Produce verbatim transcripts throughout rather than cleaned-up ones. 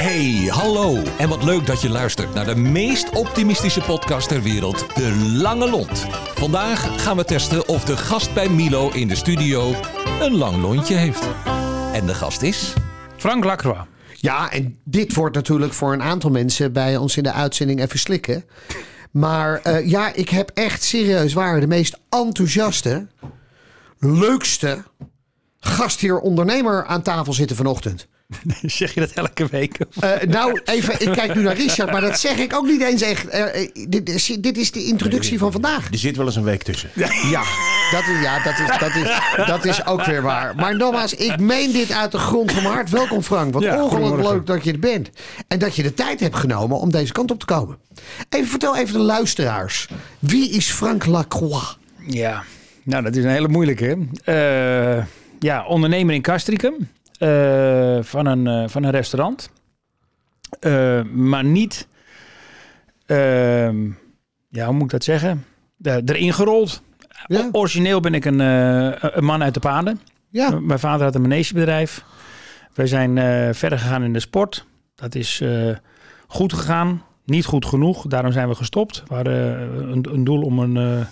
Hey, hallo. En wat leuk dat je luistert naar de meest optimistische podcast ter wereld, De Lange Lont. Vandaag gaan we testen of de gast bij Milo in de studio een lang lontje heeft. En de gast is... Frank Lacroix. Ja, en dit wordt natuurlijk voor een aantal mensen bij ons in de uitzending even slikken. Maar uh, ja, ik heb echt serieus waar de meest enthousiaste, leukste gastheer ondernemer aan tafel zitten vanochtend. Zeg je dat elke week? Uh, nou, even, ik kijk nu naar Richard, maar dat zeg ik ook niet eens echt. Uh, dit, is, dit is de introductie van vandaag. Er zit wel eens een week tussen. Ja, dat is, ja, dat is, dat is, dat is ook weer waar. Maar nogmaals, ik meen dit uit de grond van mijn hart. Welkom Frank, wat Ja, ongelooflijk leuk dat je er bent. En dat je de tijd hebt genomen om deze kant op te komen. Even vertel even de luisteraars. Wie is Frank Lacroix? Ja, nou dat is een hele moeilijke. Uh, ja, ondernemer in Castricum. Uh, van, een, uh, van een restaurant. Uh, maar niet... Uh, ja, hoe moet ik dat zeggen? Uh, erin gerold. Ja. O- origineel ben ik een, uh, een man uit de paden. Ja. M- mijn vader had een manegebedrijf. Wij zijn uh, verder gegaan in de sport. Dat is uh, goed gegaan. Niet goed genoeg. Daarom zijn we gestopt. We hadden uh, een, een doel om een... Uh,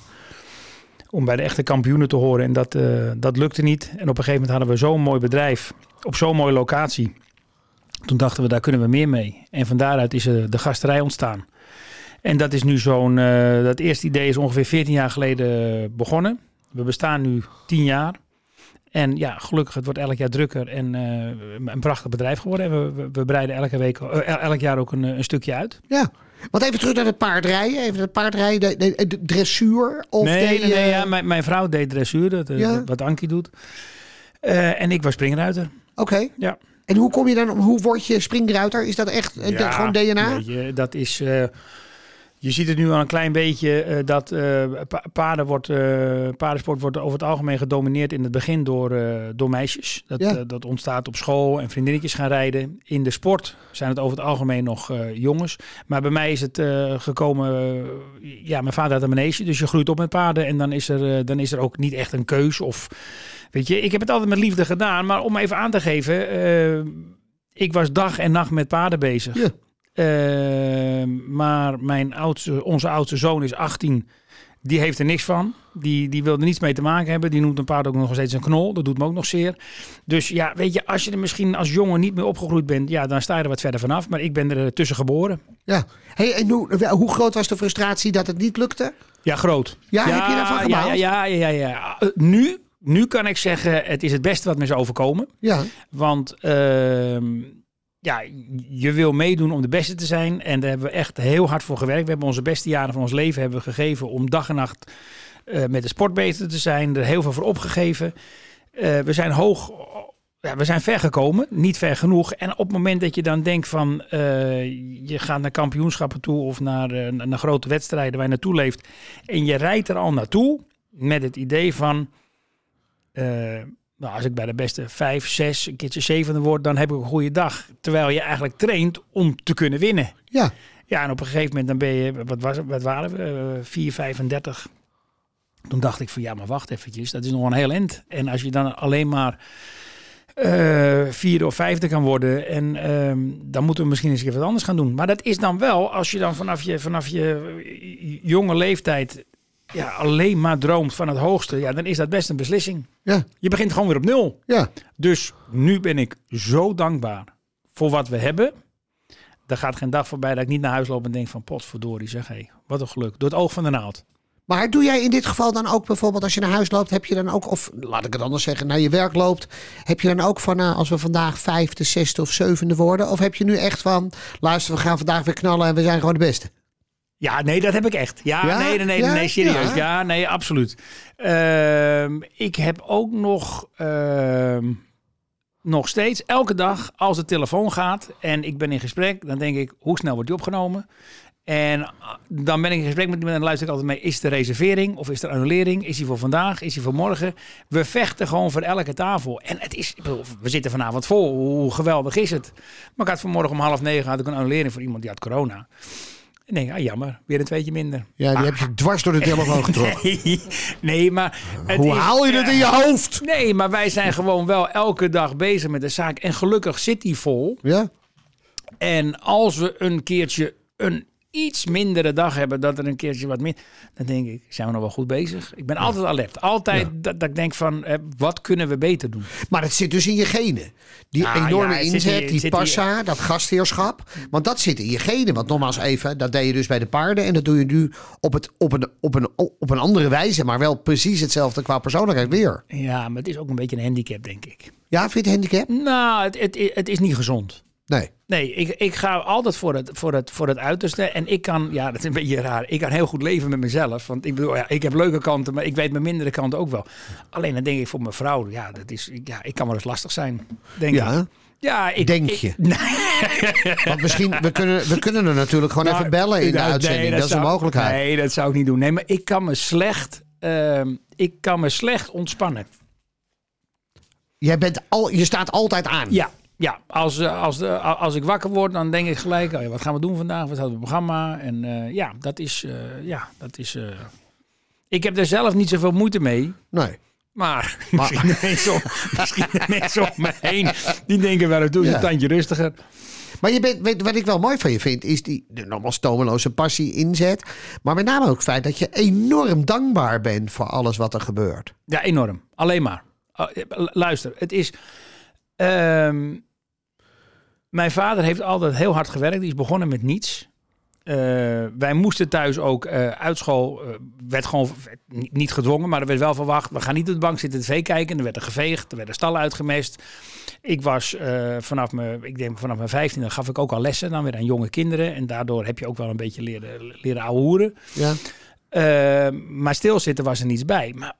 om bij de echte kampioenen te horen. En dat, uh, dat lukte niet. En op een gegeven moment hadden we zo'n mooi bedrijf. Op zo'n mooie locatie. Toen dachten we, daar kunnen we meer mee. En van daaruit is uh, de gasterij ontstaan. En dat is nu zo'n... Uh, dat eerste idee is ongeveer veertien jaar geleden begonnen. We bestaan nu tien jaar. En ja, gelukkig, het wordt elk jaar drukker. En uh, een prachtig bedrijf geworden. En we, we, we breiden elke week, uh, elk jaar ook een, een stukje uit. Ja. Want even terug naar het paardrijden. Even het paardrijden, de, de, de dressuur. Of nee, de, nee, nee uh... ja, mijn, mijn vrouw deed dressuur, dat, Ja. wat Ankie doet. Uh, en ik was springruiter. Oké. Okay. Ja. En hoe kom je dan, hoe word je springruiter? Is dat echt uh, Ja, de, gewoon D N A? Weet je, dat is... Uh, je ziet het nu al een klein beetje uh, dat uh, pa- paarden wordt, uh, paardensport wordt over het algemeen gedomineerd in het begin door, uh, door meisjes. Dat, Ja. uh, dat ontstaat op school en vriendinnetjes gaan rijden. In de sport zijn het over het algemeen nog uh, jongens. Maar bij mij is het uh, gekomen... Uh, ja, mijn vader had een manege, dus je groeit op met paarden. En dan is er, uh, dan is er ook niet echt een keus. Of, weet je, ik heb het altijd met liefde gedaan. Maar om even aan te geven... Uh, ik was dag en nacht met paarden bezig. Ja. Uh, maar mijn oudste, onze oudste zoon is achttien. Die heeft er niks van. Die, die wil er niets mee te maken hebben. Die noemt een paard ook nog steeds een knol. Dat doet me ook nog zeer. Dus ja, weet je, als je er misschien als jongen niet meer opgegroeid bent... ja, dan sta je er wat verder vanaf. Maar ik ben er tussen geboren. Ja. Hey, en hoe, hoe groot was de frustratie dat het niet lukte? Ja, groot. Ja, heb je daarvan gebaald? Ja, ja, ja, ja, ja. Uh, nu, nu kan ik zeggen, het is het beste wat me is overkomen. Ja. Want... Uh, Ja, je wil meedoen om de beste te zijn. En daar hebben we echt heel hard voor gewerkt. We hebben onze beste jaren van ons leven hebben we gegeven om dag en nacht uh, met de sport bezig te zijn. Er heel veel voor opgegeven. Uh, we zijn hoog, ja, we zijn ver gekomen. Niet ver genoeg. En op het moment dat je dan denkt van, uh, je gaat naar kampioenschappen toe of naar, uh, naar grote wedstrijden waar je naartoe leeft. En je rijdt er al naartoe met het idee van... Uh, Nou, als ik bij de beste vijf, zes, een keertje zevende word, dan heb ik een goede dag. Terwijl je eigenlijk traint om te kunnen winnen. Ja. Ja, en op een gegeven moment dan ben je, wat, was, wat waren we, vier, vijfendertig. Toen dacht ik van, ja, maar wacht eventjes, dat is nog een heel eind. En als je dan alleen maar uh, vierde of vijfde kan worden, en uh, dan moeten we misschien eens een keer wat anders gaan doen. Maar dat is dan wel, als je dan vanaf je, vanaf je jonge leeftijd... ja, alleen maar droomt van het hoogste, ja, dan is dat best een beslissing. Ja. Je begint gewoon weer op nul. Ja. Dus nu ben ik zo dankbaar voor wat we hebben. Er gaat geen dag voorbij dat ik niet naar huis loop en denk van potverdorie, zeg hé, hey, wat een geluk. Door het oog van de naald. Maar doe jij in dit geval dan ook bijvoorbeeld als je naar huis loopt, heb je dan ook, of laat ik het anders zeggen, naar je werk loopt, heb je dan ook van, uh, als we vandaag vijfde, zesde of zevende worden? Of heb je nu echt van, luister, we gaan vandaag weer knallen en we zijn gewoon de beste? Ja, nee, dat heb ik echt. Ja, Ja? nee, nee, nee, Ja? nee, serieus. Ja. Ja, nee, absoluut. Uh, ik heb ook nog, uh, nog steeds, elke dag, als de telefoon gaat en ik ben in gesprek, dan denk ik, hoe snel wordt die opgenomen? En dan ben ik in gesprek met iemand en dan luister ik altijd mee, is er reservering of is er annulering? Is die voor vandaag? Is die voor morgen? We vechten gewoon voor elke tafel. En het is, we zitten vanavond vol, hoe geweldig is het? Maar ik had vanmorgen om half negen had ik een annulering voor iemand die had corona. Nee, ah, jammer. Weer een tweetje minder. Ja, die ah. heb je dwars door de telefoon getrokken. Nee, nee, maar... Het Hoe is, haal je het in je hoofd? Nee, maar wij zijn gewoon wel elke dag bezig met de zaak. En gelukkig zit die vol. Ja. En als we een keertje een iets mindere dag hebben, dat er een keertje wat minder, dan denk ik, zijn we nog wel goed bezig. Ik ben ja. altijd alert. Altijd ja. dat, dat ik denk van, eh, wat kunnen we beter doen? Maar het zit dus in je genen. Die ah, enorme ja, inzet, je, die passa, je... dat gastheerschap. Want dat zit in je genen. Want nogmaals even, dat deed je dus bij de paarden. En dat doe je nu op, het, op, een, op, een, op een andere wijze. Maar wel precies hetzelfde qua persoonlijkheid weer. Ja, maar het is ook een beetje een handicap, denk ik. Ja, vind je het handicap? Nou, het, het, het is niet gezond. Nee. Nee, ik, ik ga altijd voor het, voor, het, voor het uiterste. En ik kan, ja, dat is een beetje raar. Ik kan heel goed leven met mezelf. Want ik bedoel, ja, ik heb leuke kanten, maar ik weet mijn mindere kanten ook wel. Alleen dan denk ik voor mijn vrouw, ja, dat is, ja ik kan wel eens lastig zijn. Denk ja. ik. Ja, ik, denk ik, je? Nee. Want misschien, we kunnen, we kunnen er natuurlijk gewoon nou, even bellen in de nou, uitzending. Nee, dat, dat is zou, een mogelijkheid. Nee, dat zou ik niet doen. Nee, maar ik kan me slecht, uh, ik kan me slecht ontspannen. Jij bent al, je staat altijd aan. Ja. Ja, als, als, als ik wakker word, dan denk ik gelijk, oh ja, wat gaan we doen vandaag? Wat hadden we programma? En uh, ja, dat is... Uh, ja, dat is uh... ik heb er zelf niet zoveel moeite mee. Nee. Maar, maar... misschien de mensen om, misschien de mensen om me heen, die denken wel, het doe je ja. een tandje rustiger. Maar je bent, weet, wat ik wel mooi van je vind, is die de nogmaals tomeloze passie inzet. Maar met name ook het feit dat je enorm dankbaar bent voor alles wat er gebeurt. Ja, enorm. Alleen maar. Uh, luister, het is... Um, Mijn vader heeft altijd heel hard gewerkt. Die is begonnen met niets. Uh, wij moesten thuis ook uh, uit school. Uh, werd gewoon niet gedwongen, maar er werd wel verwacht. We gaan niet op de bank zitten tv kijken. Er werd er geveegd, er werden stallen uitgemest. Ik was uh, vanaf mijn, ik denk vanaf mijn vijftiende gaf ik ook al lessen dan weer aan jonge kinderen. En daardoor heb je ook wel een beetje leren, leren ouwe hoeren. Ja. Uh, maar stilzitten was er niets bij. Maar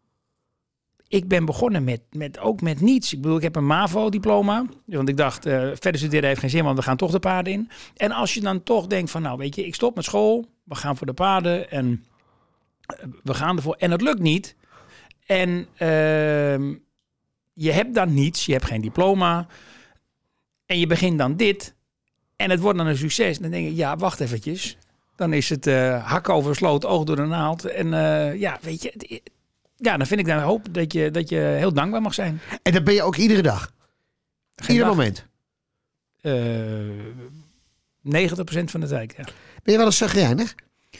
ik ben begonnen met, met ook met niets. Ik bedoel, ik heb een MAVO-diploma. Want ik dacht, uh, verder studeren heeft geen zin, want we gaan toch de paarden in. En als je dan toch denkt van, nou weet je, ik stop met school. We gaan voor de paarden en uh, we gaan ervoor. En het lukt niet. En uh, je hebt dan niets, je hebt geen diploma. En je begint dan dit. En het wordt dan een succes. Dan denk je, ja, wacht eventjes. Dan is het uh, hak over de sloot, oog door de naald. En uh, ja, weet je... Het, Ja, dan vind ik dan hoop dat je, dat je heel dankbaar mag zijn. En dat ben je ook iedere dag? Geen Ieder dag. moment? Uh, negentig procent van de tijd, ja. Ben je wel eens chagrijnig?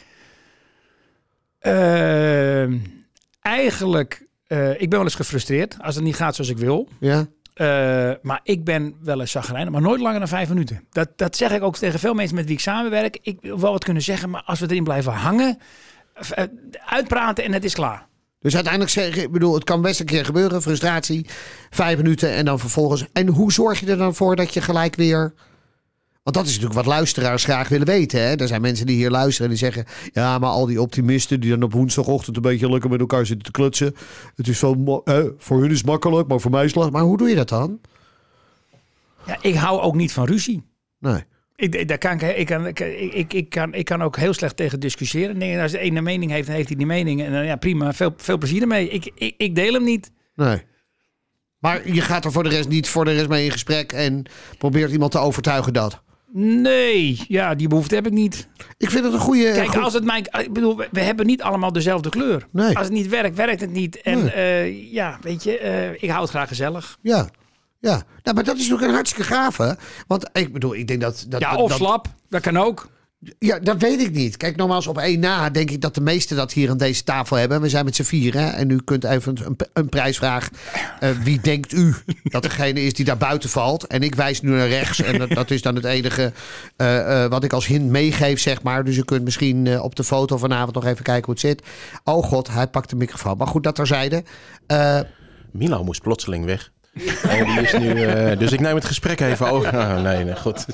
Uh, eigenlijk, uh, ik ben wel eens gefrustreerd als het niet gaat zoals ik wil. Ja. Uh, maar ik ben wel eens chagrijnig, maar nooit langer dan vijf minuten. Dat, dat zeg ik ook tegen veel mensen met wie ik samenwerk. Ik wil wel wat kunnen zeggen, maar als we erin blijven hangen, uh, uitpraten en het is klaar. Dus uiteindelijk zeg ik, bedoel, het kan best een keer gebeuren, frustratie, vijf minuten en dan vervolgens. En hoe zorg je er dan voor dat je gelijk weer... Want dat is natuurlijk wat luisteraars graag willen weten. Hè? Er zijn mensen die hier luisteren en die zeggen... Ja, maar al die optimisten die dan op woensdagochtend een beetje lekker met elkaar zitten te klutsen. Het is wel, eh, voor hun is het makkelijk, maar voor mij is het lastig. Maar hoe doe je dat dan? Ja, ik hou ook niet van ruzie. Nee. Ik, daar kan, ik, kan, ik, ik, ik, kan, ik kan ook heel slecht tegen discussiëren. Nee, als de ene mening heeft, dan heeft hij die mening. En dan ja, prima, veel, veel plezier ermee. Ik, ik, ik deel hem niet. Nee. Maar je gaat er voor de rest niet voor de rest mee in gesprek en probeert iemand te overtuigen dat? Nee, ja, die behoefte heb ik niet. Ik vind het een goede... Kijk, goed... als het mijn, ik bedoel, we hebben niet allemaal dezelfde kleur. Nee. Als het niet werkt, werkt het niet. En nee. uh, ja, weet je, uh, ik hou het graag gezellig. Ja. Ja, nou, maar dat is natuurlijk een hartstikke gave. Want ik bedoel, ik denk dat... dat ja, dat, of dat, slap, dat kan ook. Ja, dat weet ik niet. Kijk, nogmaals, op één na denk ik dat de meesten dat hier aan deze tafel hebben. We zijn met z'n vieren en u kunt even een, een prijsvraag. Uh, wie denkt u dat degene is die daar buiten valt? En ik wijs nu naar rechts en dat, dat is dan het enige uh, uh, wat ik als hint meegeef, zeg maar. Dus u kunt misschien uh, op de foto vanavond nog even kijken hoe het zit. Oh god, hij pakt de microfoon. Maar goed, dat terzijde. Uh, Milo moest plotseling weg. En die is nu, uh, dus ik neem het gesprek even over. Oh, nee, nee, goed.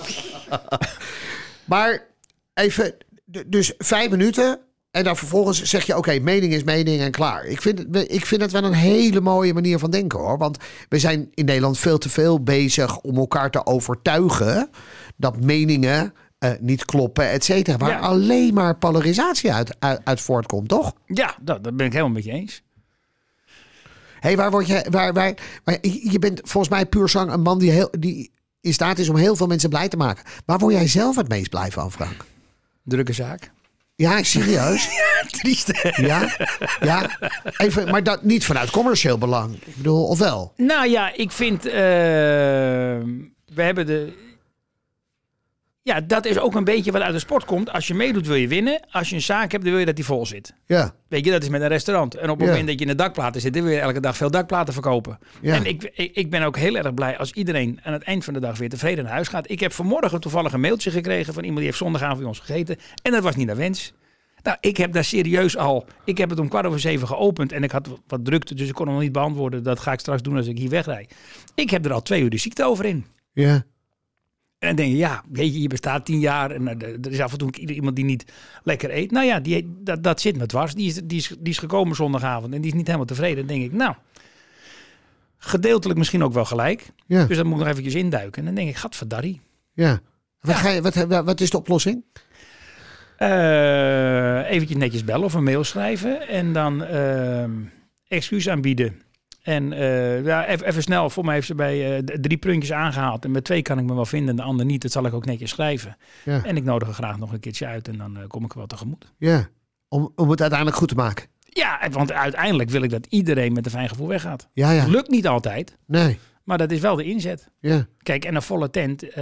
Maar even, dus vijf minuten en dan vervolgens zeg je, oké, okay, mening is mening en klaar. Ik vind, het, ik vind het wel een hele mooie manier van denken, hoor. Want we zijn in Nederland veel te veel bezig om elkaar te overtuigen dat meningen uh, niet kloppen, et cetera. Waar ja. alleen maar polarisatie uit, uit, uit voortkomt, toch? Ja, dat, dat ben ik helemaal met je eens. Hé, hey, waar word je... Waar, waar, waar, je bent volgens mij puur zang een man die, heel, die in staat is om heel veel mensen blij te maken. Waar word jij zelf het meest blij van, Frank? Drukke zaak. Ja, serieus? Ja, triest. Ja, ja. Even, maar dat niet vanuit commercieel belang. Ik bedoel, of wel? Nou ja, ik vind... Uh, we hebben de... Ja, dat is ook een beetje wat uit de sport komt. Als je meedoet wil je winnen. Als je een zaak hebt, dan wil je dat die vol zit. Ja. Weet je, dat is met een restaurant. En op het Ja. moment dat je in de dakplaten zit, dan wil je elke dag veel dakplaten verkopen. Ja. En ik, ik, ik ben ook heel erg blij als iedereen aan het eind van de dag weer tevreden naar huis gaat. Ik heb vanmorgen toevallig een mailtje gekregen van iemand die heeft zondagavond bij ons gegeten. En dat was niet naar wens. Nou, ik heb daar serieus al... Ik heb het om kwart over zeven geopend en ik had wat drukte, dus ik kon hem nog niet beantwoorden. Dat ga ik straks doen als ik hier wegrij. Ik heb er al twee uur de ziekte over in. Ja. En dan denk je, ja, weet je, je bestaat tien jaar en uh, er is af en toe iemand die niet lekker eet. Nou ja, die, dat, dat zit me dwars. Die is, die, is, die is gekomen zondagavond en die is niet helemaal tevreden. Dan denk ik, nou, gedeeltelijk misschien ook wel gelijk. Ja. Dus dan moet ik nog eventjes induiken. En dan denk ik, gadverdarrie. Ja. Wat, Ja. Ga je, wat, wat is de oplossing? Uh, eventjes netjes bellen of een mail schrijven. En dan uh, excuus aanbieden. En uh, ja, even, even snel, voor mij heeft ze bij uh, drie puntjes aangehaald. En met twee kan ik me wel vinden en de ander niet. Dat zal ik ook netjes schrijven. Ja. En ik nodig er graag nog een keertje uit en dan uh, kom ik er wel tegemoet. Ja. Om, om het uiteindelijk goed te maken. Ja, want uiteindelijk wil ik dat iedereen met een fijn gevoel weggaat. Ja, ja. Lukt niet altijd, Nee. maar dat is wel de inzet. Ja. Kijk, en een volle tent, uh,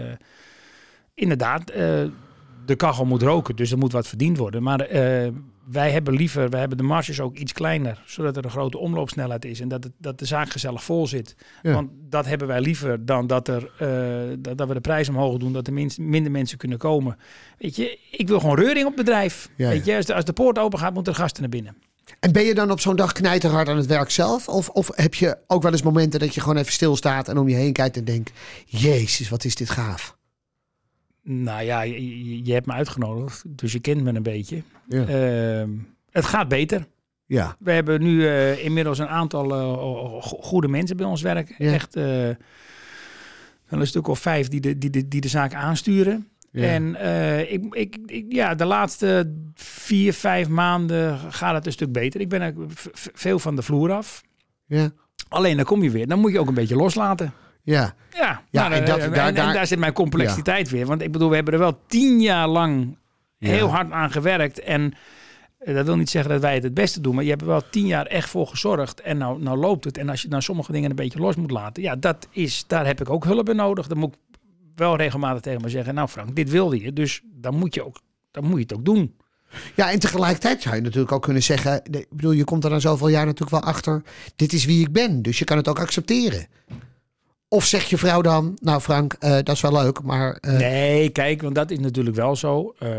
inderdaad, uh, de kachel moet roken, dus er moet wat verdiend worden. Maar uh, wij hebben liever, wij hebben de marges ook iets kleiner, zodat er een grote omloopsnelheid is en dat, het, dat de zaak gezellig vol zit. Ja. Want dat hebben wij liever dan dat, er, uh, dat, dat we de prijs omhoog doen, dat er minst, minder mensen kunnen komen. Weet je, ik wil gewoon reuring op het bedrijf. Ja, Weet je, als de, als de poort open gaat, moeten er gasten naar binnen. En ben je dan op zo'n dag knijterhard aan het werk zelf? Of, of heb je ook wel eens momenten dat je gewoon even stilstaat en om je heen kijkt en denkt, jezus, wat is dit gaaf? Nou ja, je, je hebt me uitgenodigd, dus je kent me een beetje. Ja. Uh, het gaat beter. Ja. We hebben nu uh, inmiddels een aantal uh, goede mensen bij ons werken. Ja. Echt uh, wel een stuk of vijf die de, die de, die de zaak aansturen. Ja. En uh, ik, ik, ik, ja, de laatste vier, vijf maanden gaat het een stuk beter. Ik ben er v- veel van de vloer af. Ja. Alleen dan kom je weer. Dan moet je ook een beetje loslaten. Ja. Ja, Ja, nou, en, dat, en, daar, en, daar, en daar zit mijn complexiteit ja. weer. Want ik bedoel, we hebben er wel tien jaar lang heel Ja. hard aan gewerkt. En uh, dat wil niet zeggen dat wij het het beste doen. Maar je hebt er wel tien jaar echt voor gezorgd. En nou, nou loopt het. En als je nou sommige dingen een beetje los moet laten. Ja, dat is, daar heb ik ook hulp bij nodig. Dan moet ik wel regelmatig tegen me zeggen. Nou Frank, dit wilde je. Dus dan moet je, ook, dan moet je het ook doen. Ja, en tegelijkertijd zou je natuurlijk ook kunnen zeggen, ik bedoel, je komt er na zoveel jaar natuurlijk wel achter, dit is wie ik ben, dus je kan het ook accepteren. Of zegt je vrouw dan, nou Frank, uh, dat is wel leuk, maar... Uh... Nee, kijk, want dat is natuurlijk wel zo. Uh,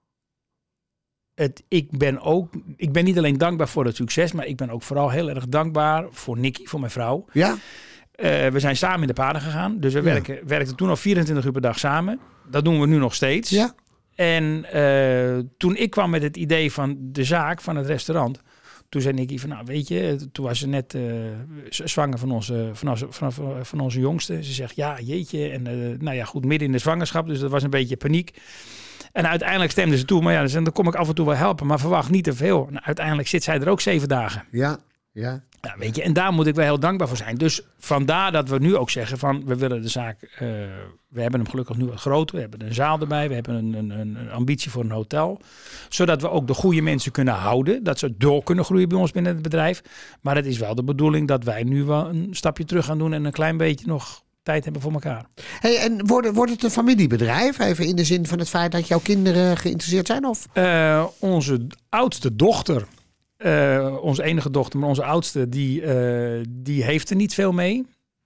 het, ik ben ook, ik ben niet alleen dankbaar voor het succes, maar ik ben ook vooral heel erg dankbaar voor Nicky, voor mijn vrouw. Ja? Uh, we zijn samen in de paarden gegaan, dus we Ja. werken, werkten toen al vierentwintig uur per dag samen. Dat doen we nu nog steeds. Ja? En uh, toen ik kwam met het idee van de zaak, van het restaurant, toen zei Nicky van, nou weet je, toen was ze net uh, zwanger van onze, van, onze, van, van onze jongste. Ze zegt, ja jeetje, en uh, nou ja goed, midden in de zwangerschap, dus dat was een beetje paniek. En uiteindelijk stemde ze toe, maar ja, dus, dan kom ik af en toe wel helpen, maar verwacht niet te veel. Nou, uiteindelijk zit zij er ook zeven dagen. Ja, ja. Ja, weet je, en daar moet ik wel heel dankbaar voor zijn. Dus vandaar dat we nu ook zeggen van, we willen de zaak, uh, we hebben hem gelukkig nu wat groter, we hebben een zaal erbij, we hebben een, een, een ambitie voor een hotel, zodat we ook de goede mensen kunnen houden, dat ze door kunnen groeien bij ons binnen het bedrijf. Maar het is wel de bedoeling dat wij nu wel een stapje terug gaan doen en een klein beetje nog tijd hebben voor elkaar. Hey, en wordt, wordt het een familiebedrijf, even in de zin van het feit dat jouw kinderen geïnteresseerd zijn? Of? Uh, onze oudste dochter, Uh, onze enige dochter, maar onze oudste, die, uh, die heeft er niet veel mee.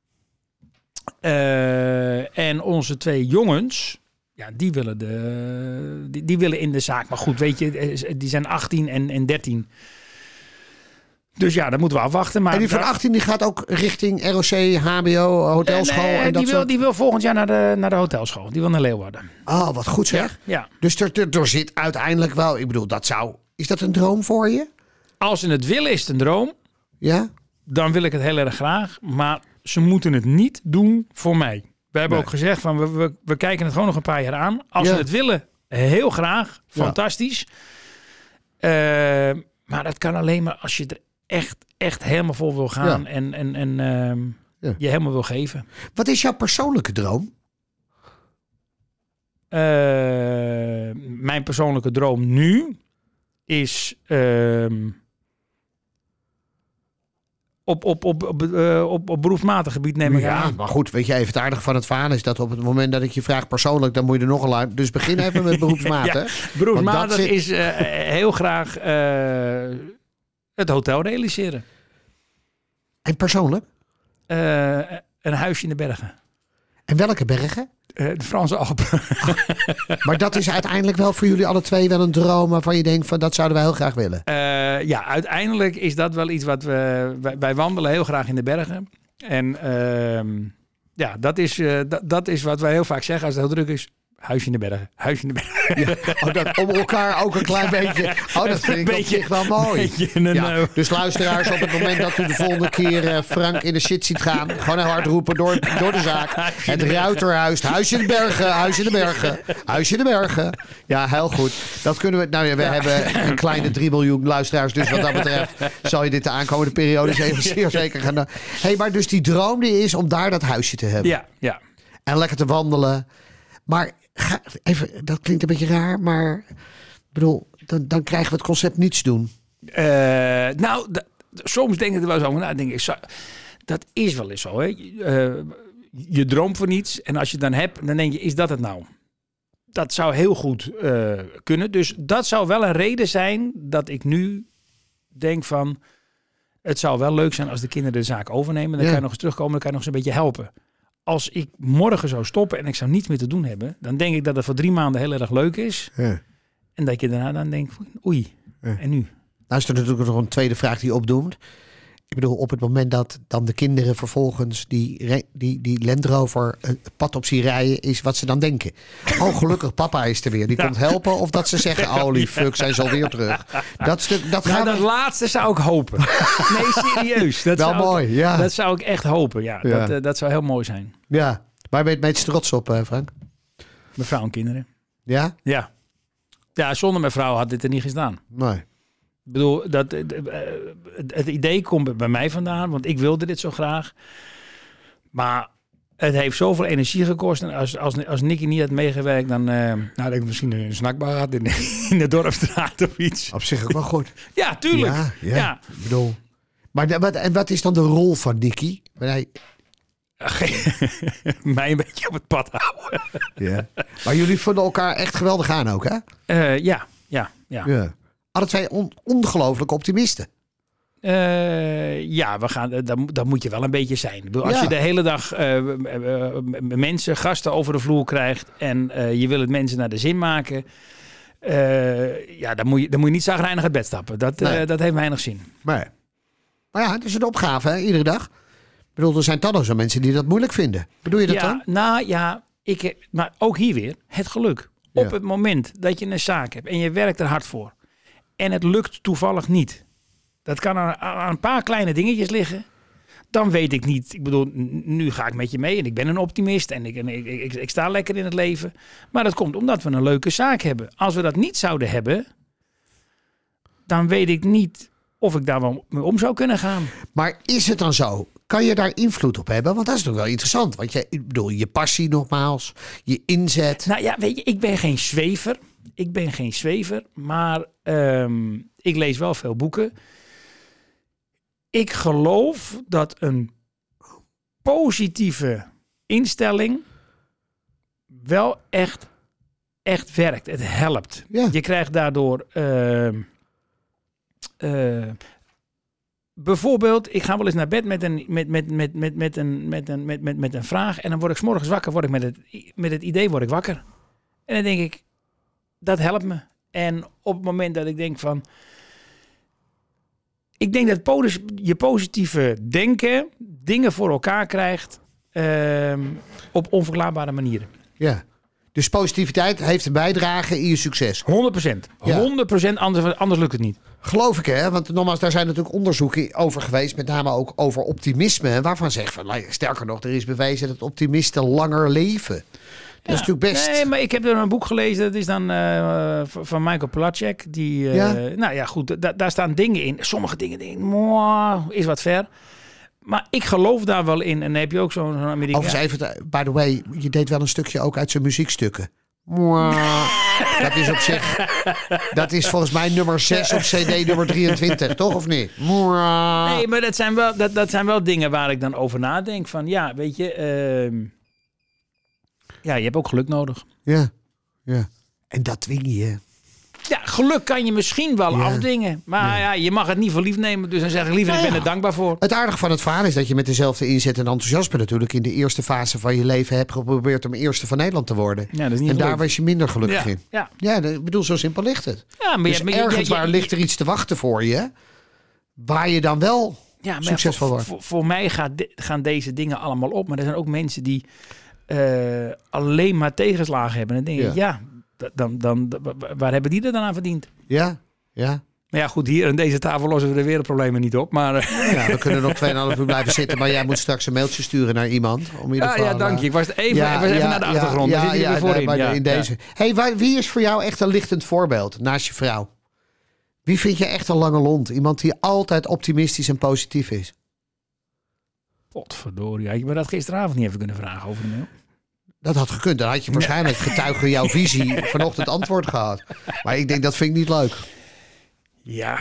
Uh, en onze twee jongens, ja, die willen, de, die, die willen in de zaak. Maar goed, weet je, die zijn achttien en, en dertien. Dus ja, dat moeten we afwachten. Maar en die van achttien die gaat ook richting R O C, H B O, hotelschool? Nee, en dat die, wil, soort... die wil volgend jaar naar de, naar de hotelschool. Die wil naar Leeuwarden. Oh, wat goed zeg. Ja, ja. Dus er, er, er zit uiteindelijk wel, ik bedoel, dat zou... Is dat een droom voor je? Als ze het willen, is het een droom. Ja? Dan wil ik het heel erg graag. Maar ze moeten het niet doen voor mij. We hebben Nee. ook gezegd van we, we, we kijken het gewoon nog een paar jaar aan. Als Ja. ze het willen, heel graag. Fantastisch. Ja. Uh, maar dat kan alleen maar als je er echt, echt helemaal voor wil gaan. Ja. En, en, en uh, ja. je helemaal wil geven. Wat is jouw persoonlijke droom? Uh, mijn persoonlijke droom nu is... Uh, Op, op, op, op, uh, op, op beroepsmatig gebied neem ik Ja, aan. maar goed, weet je, even het aardige van het verhaal is dat op het moment dat ik je vraag persoonlijk, dan moet je er nog een luid. Dus begin even met beroepsmatig. Ja, beroepsmatig zit... is uh, heel graag uh, het hotel realiseren. En persoonlijk? Uh, een huisje in de bergen. En welke bergen? Uh, de Franse Alpen. Maar dat is uiteindelijk wel voor jullie alle twee wel een droom waarvan je denkt van dat zouden wij heel graag willen. Uh, ja, uiteindelijk is dat wel iets wat we... Wij, wij wandelen heel graag in de bergen. En uh, ja, dat is, uh, dat, dat is wat wij heel vaak zeggen als het heel druk is. Huisje in de bergen. Huisje in de bergen. Ja, oh, dat, om elkaar ook een klein beetje... Oh, dat vind ik op zich wel mooi. Een, ja, uh, dus luisteraars, op het moment dat u de volgende keer uh, Frank in de shit ziet gaan, gewoon heel hard roepen door, door de zaak. Het Ruiterhuis, Huis in de Bergen, Huis in de Bergen, Huis in de Bergen. Ja, heel goed. Dat kunnen we... Nou ja, we ja. hebben een kleine drie miljoen luisteraars, dus wat dat betreft zal je dit de aankomende periode even zeer zeker gaan... Hé, hey, maar dus die droom die is om daar dat huisje te hebben. Ja, ja. En lekker te wandelen. Maar... Ga, even, dat klinkt een beetje raar, maar bedoel, dan, dan krijgen we het concept niets doen. Uh, nou, d- soms denk ik er wel zo over na. Denk ik, dat is wel eens zo. Hè? Uh, je droomt voor niets en als je het dan hebt, dan denk je, is dat het nou? Dat zou heel goed uh, kunnen. Dus dat zou wel een reden zijn dat ik nu denk van, het zou wel leuk zijn als de kinderen de zaak overnemen. Dan ja. kan je nog eens terugkomen, dan kan je nog eens een beetje helpen. Als ik morgen zou stoppen en ik zou niets meer te doen hebben, dan denk ik dat het voor drie maanden heel erg leuk is. Ja. En dat je daarna dan denkt, oei, ja. en nu? Nou is er natuurlijk nog een tweede vraag die je opdoemt. Ik bedoel, op het moment dat dan de kinderen vervolgens die, die, die Land Rover het pad op zien rijden, is wat ze dan denken. Oh, gelukkig, papa is er weer. Die ja. komt helpen. Of dat ze zeggen, holy fuck, zijn ze alweer terug. Dat, stuk, dat, nou, dat we... laatste zou ik hopen. Nee, serieus. Dat wel zou mooi, ik, ja. Dat zou ik echt hopen, ja. ja. Dat, uh, dat zou heel mooi zijn. Ja. Waar ben je het meest trots op, uh, Frank? Mijn vrouw en kinderen. Ja? Ja. Ja, zonder mijn vrouw had dit er niet gestaan. Nee. Ik bedoel, dat, uh, het idee komt bij mij vandaan, want ik wilde dit zo graag. Maar het heeft zoveel energie gekost. En als, als, als Nicky niet had meegewerkt, dan uh, nou, had ik misschien een snackbar gehad in de, in de Dorpsstraat of iets. Op zich ook wel goed. Ja, tuurlijk. Ja, ja. ja. Ik bedoel... Maar de, wat, en wat is dan de rol van Nicky? Hij... Mij een beetje op het pad houden. Ja. Maar jullie vonden elkaar echt geweldig aan ook, hè? Uh, ja, ja, ja. ja. Alle twee on- ongelooflijke optimisten. Uh, ja, we gaan, dan, dan moet je wel een beetje zijn. Bedoel, als ja. je de hele dag uh, uh, mensen, gasten over de vloer krijgt en uh, je wil het mensen naar de zin maken, uh, ja, dan moet je, dan moet je niet zagrijnig uit bed stappen. Dat, nee. uh, dat heeft weinig zin. Nee. Maar ja, het is een opgave, hè, iedere dag. Ik bedoel, er zijn toch zo mensen die dat moeilijk vinden. Bedoel je dat ja, dan? Nou ja, ik, maar ook hier weer het geluk. Ja. Op het moment dat je een zaak hebt en je werkt er hard voor en het lukt toevallig niet. Dat kan aan, aan een paar kleine dingetjes liggen. Dan weet ik niet. Ik bedoel, nu ga ik met je mee en ik ben een optimist en ik, en ik, ik, ik sta lekker in het leven. Maar dat komt omdat we een leuke zaak hebben. Als we dat niet zouden hebben, dan weet ik niet of ik daar wel mee om zou kunnen gaan. Maar is het dan zo? Kan je daar invloed op hebben? Want dat is toch wel interessant. Want je, ik bedoel, je passie nogmaals, je inzet. Nou ja, weet je, ik ben geen zwever. Ik ben geen zwever, maar um, ik lees wel veel boeken. Ik geloof dat een positieve instelling wel echt, echt werkt. Het helpt. Ja. Je krijgt daardoor... Uh, uh, bijvoorbeeld, ik ga wel eens naar bed met een, met, met, met, met, met, een, met, een, met, met, met een vraag. En dan word ik 's morgens wakker. Word ik met, het, met het idee word ik wakker. En dan denk ik, dat helpt me. En op het moment dat ik denk van... Ik denk dat polis, je positieve denken dingen voor elkaar krijgt uh, op onverklaarbare manieren. Ja, dus positiviteit heeft een bijdrage in je succes. honderd procent. Ja. honderd procent, anders, anders lukt het niet. Geloof ik, hè? Want nogmaals, daar zijn natuurlijk onderzoeken over geweest, met name ook over optimisme. Waarvan zegt van, sterker nog, er is bewezen dat optimisten langer leven. Dat ja. is natuurlijk best... Nee, maar ik heb er een boek gelezen. Dat is dan uh, van Michael Plachek. Die, uh, ja? Nou ja, goed. Da- daar staan dingen in. Sommige dingen denk ik, mwah, is wat ver. Maar ik geloof daar wel in. En dan heb je ook zo'n, zo'n Amerikaan... Overigens even, by the way, je deed wel een stukje ook uit zijn muziekstukken. Dat is op zich... Dat is volgens mij nummer zes op cd nummer drieëntwintig, toch? Of niet? Nee, maar dat zijn wel, dat, dat zijn wel dingen waar ik dan over nadenk. Van ja, weet je... Uh, ja, je hebt ook geluk nodig. Ja, ja. En dat dwing je. Ja, geluk kan je misschien wel ja. afdwingen. Maar ja. ja, je mag het niet voor lief nemen. Dus dan zeg ik liever, nou ja. ik ben er dankbaar voor. Het aardige van het verhaal is dat je met dezelfde inzet en enthousiasme natuurlijk in de eerste fase van je leven hebt geprobeerd om eerste van Nederland te worden. Ja, dat is niet en geluk. daar was je minder gelukkig ja. in. Ja, ja ik bedoel, zo simpel ligt het. Ja, maar dus ja, maar ergens ja, ja, waar ja, ligt er iets te wachten voor je, waar je dan wel ja, maar succesvol voor, wordt. Voor, voor mij gaat de, gaan deze dingen allemaal op. Maar er zijn ook mensen die uh, alleen maar tegenslagen hebben. En dan denk je, ja, ja dan, dan, dan, waar hebben die er dan aan verdiend? Ja, ja. Maar ja, goed, hier aan deze tafel lossen we de wereldproblemen niet op. Maar ja, we kunnen nog tweeënhalf uur blijven zitten. Maar jij moet straks een mailtje sturen naar iemand. Om in ieder geval, ja, ja, dank je. Ik was even, ja, ik was even ja, naar de achtergrond. Ja, ja, ja, ja, nee, maar ja, in deze. Ja. Hey, waar, wie is voor jou echt een lichtend voorbeeld naast je vrouw? Wie vind je echt een lange lont? Iemand die altijd optimistisch en positief is? Potverdorie. Had je me dat gisteravond niet even kunnen vragen over de mail? Dat had gekund. Dan had je waarschijnlijk getuige jouw visie vanochtend antwoord gehad. Maar ik denk, dat vind ik niet leuk. Ja.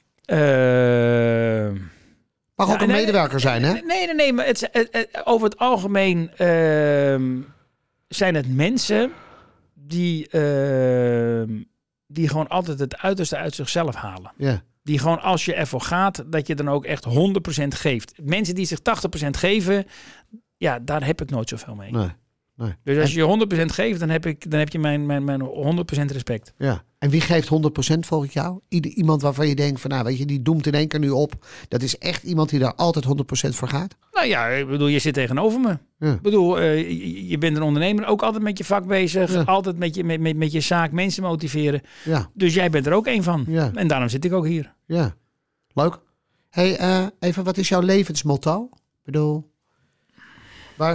Uh... Mag ook ja, een nee, medewerker zijn, hè? Nee, nee, nee. Maar het, het, het, over het algemeen uh, zijn het mensen die, uh, die gewoon altijd het uiterste uit zichzelf halen. Ja. Die gewoon als je ervoor gaat, dat je dan ook echt honderd procent geeft. Mensen die zich tachtig procent geven, ja, daar heb ik nooit zoveel mee. Nee. Nee. Dus als je je honderd procent geeft, dan heb, ik, dan heb je mijn, mijn, mijn honderd procent respect. Ja. En wie geeft honderd procent volgens jou? Ieder, iemand waarvan je denkt van, nou weet je, die doemt in één keer nu op. Dat is echt iemand die daar altijd honderd procent voor gaat? Nou ja, ik bedoel, je zit tegenover me. Ja. Ik bedoel, uh, je, je bent een ondernemer, ook altijd met je vak bezig. Ja. Altijd met je, met, met, met je zaak mensen motiveren. Ja. Dus jij bent er ook één van. Ja. En daarom zit ik ook hier. Ja, leuk. Hey, uh, even, wat is jouw levensmotto? Ik bedoel, waar...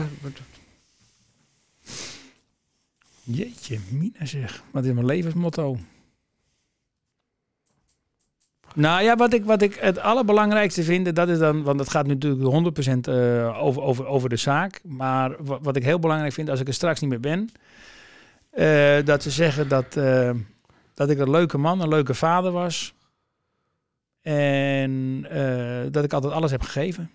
Jeetje, mina zeg. Wat is mijn levensmotto? Nou ja, wat ik, wat ik het allerbelangrijkste vind, dat is dan, want het gaat natuurlijk honderd procent uh, over, over, over de zaak. Maar wat, wat ik heel belangrijk vind, als ik er straks niet meer ben, uh, dat ze zeggen dat, uh, dat ik een leuke man, een leuke vader was. En uh, dat ik altijd alles heb gegeven.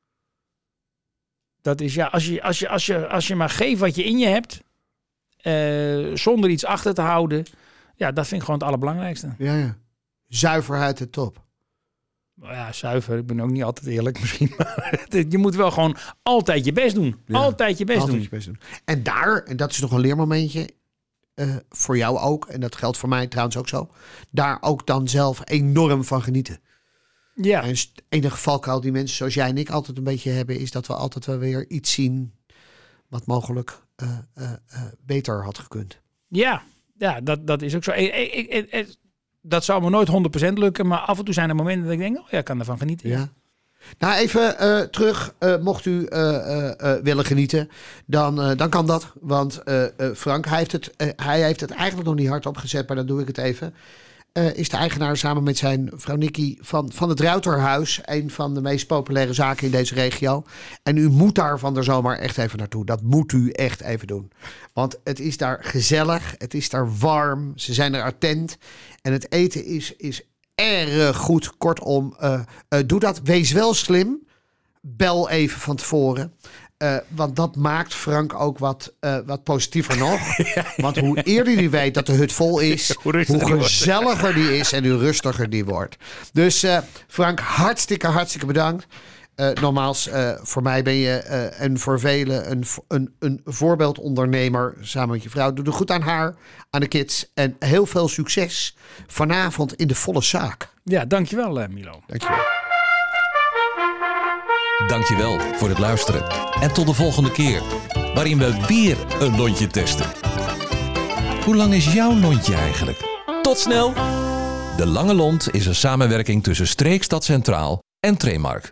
Dat is ja, als je, als je, als je, als je maar geeft wat je in je hebt, Uh, zonder iets achter te houden. Ja, dat vind ik gewoon het allerbelangrijkste. Ja, ja. Zuiverheid de top. Ja, zuiver. Ik ben ook niet altijd eerlijk misschien. Maar je moet wel gewoon altijd je best doen. Ja, altijd je best altijd doen. Je best doen. En daar, en dat is nog een leermomentje, uh, voor jou ook, en dat geldt voor mij trouwens ook zo, daar ook dan zelf enorm van genieten. Ja. En het enige valkuil die mensen zoals jij en ik altijd een beetje hebben, is dat we altijd wel weer iets zien wat mogelijk uh, uh, uh, beter had gekund. Ja, ja dat, dat is ook zo. Ik, ik, ik, ik, dat zou me nooit honderd procent lukken, maar af en toe zijn er momenten dat ik denk, oh ja, ik kan ervan genieten. Ja. Ja. Nou, even uh, terug. Uh, mocht u uh, uh, uh, willen genieten, dan, uh, dan kan dat. Want uh, uh, Frank, hij heeft, het, uh, hij heeft het eigenlijk nog niet hardop gezet, maar dan doe ik het even. Uh, is de eigenaar samen met zijn vrouw Nikki van, van het Ruiterhuis. Een van de meest populaire zaken in deze regio. En u moet daar van de zomer echt even naartoe. Dat moet u echt even doen. Want het is daar gezellig. Het is daar warm. Ze zijn er attent. En het eten is, is erg goed. Kortom, uh, uh, doe dat. Wees wel slim. Bel even van tevoren. Uh, want dat maakt Frank ook wat, uh, wat positiever nog. Ja, ja. Want hoe eerder hij weet dat de hut vol is, hoe, hoe gezelliger die is en hoe rustiger die wordt. Dus uh, Frank, hartstikke, hartstikke bedankt. Uh, nogmaals, uh, voor mij ben je uh, en voor velen een, een, een voorbeeldondernemer samen met je vrouw. Doe er goed aan haar, aan de kids en heel veel succes vanavond in de volle zaak. Ja, dankjewel uh, Milo. Dankjewel. Dankjewel voor het luisteren. En tot de volgende keer, waarin we weer een lontje testen. Hoe lang is jouw lontje eigenlijk? Tot snel! De Lange Lont is een samenwerking tussen Streekstad Centraal en Tremark.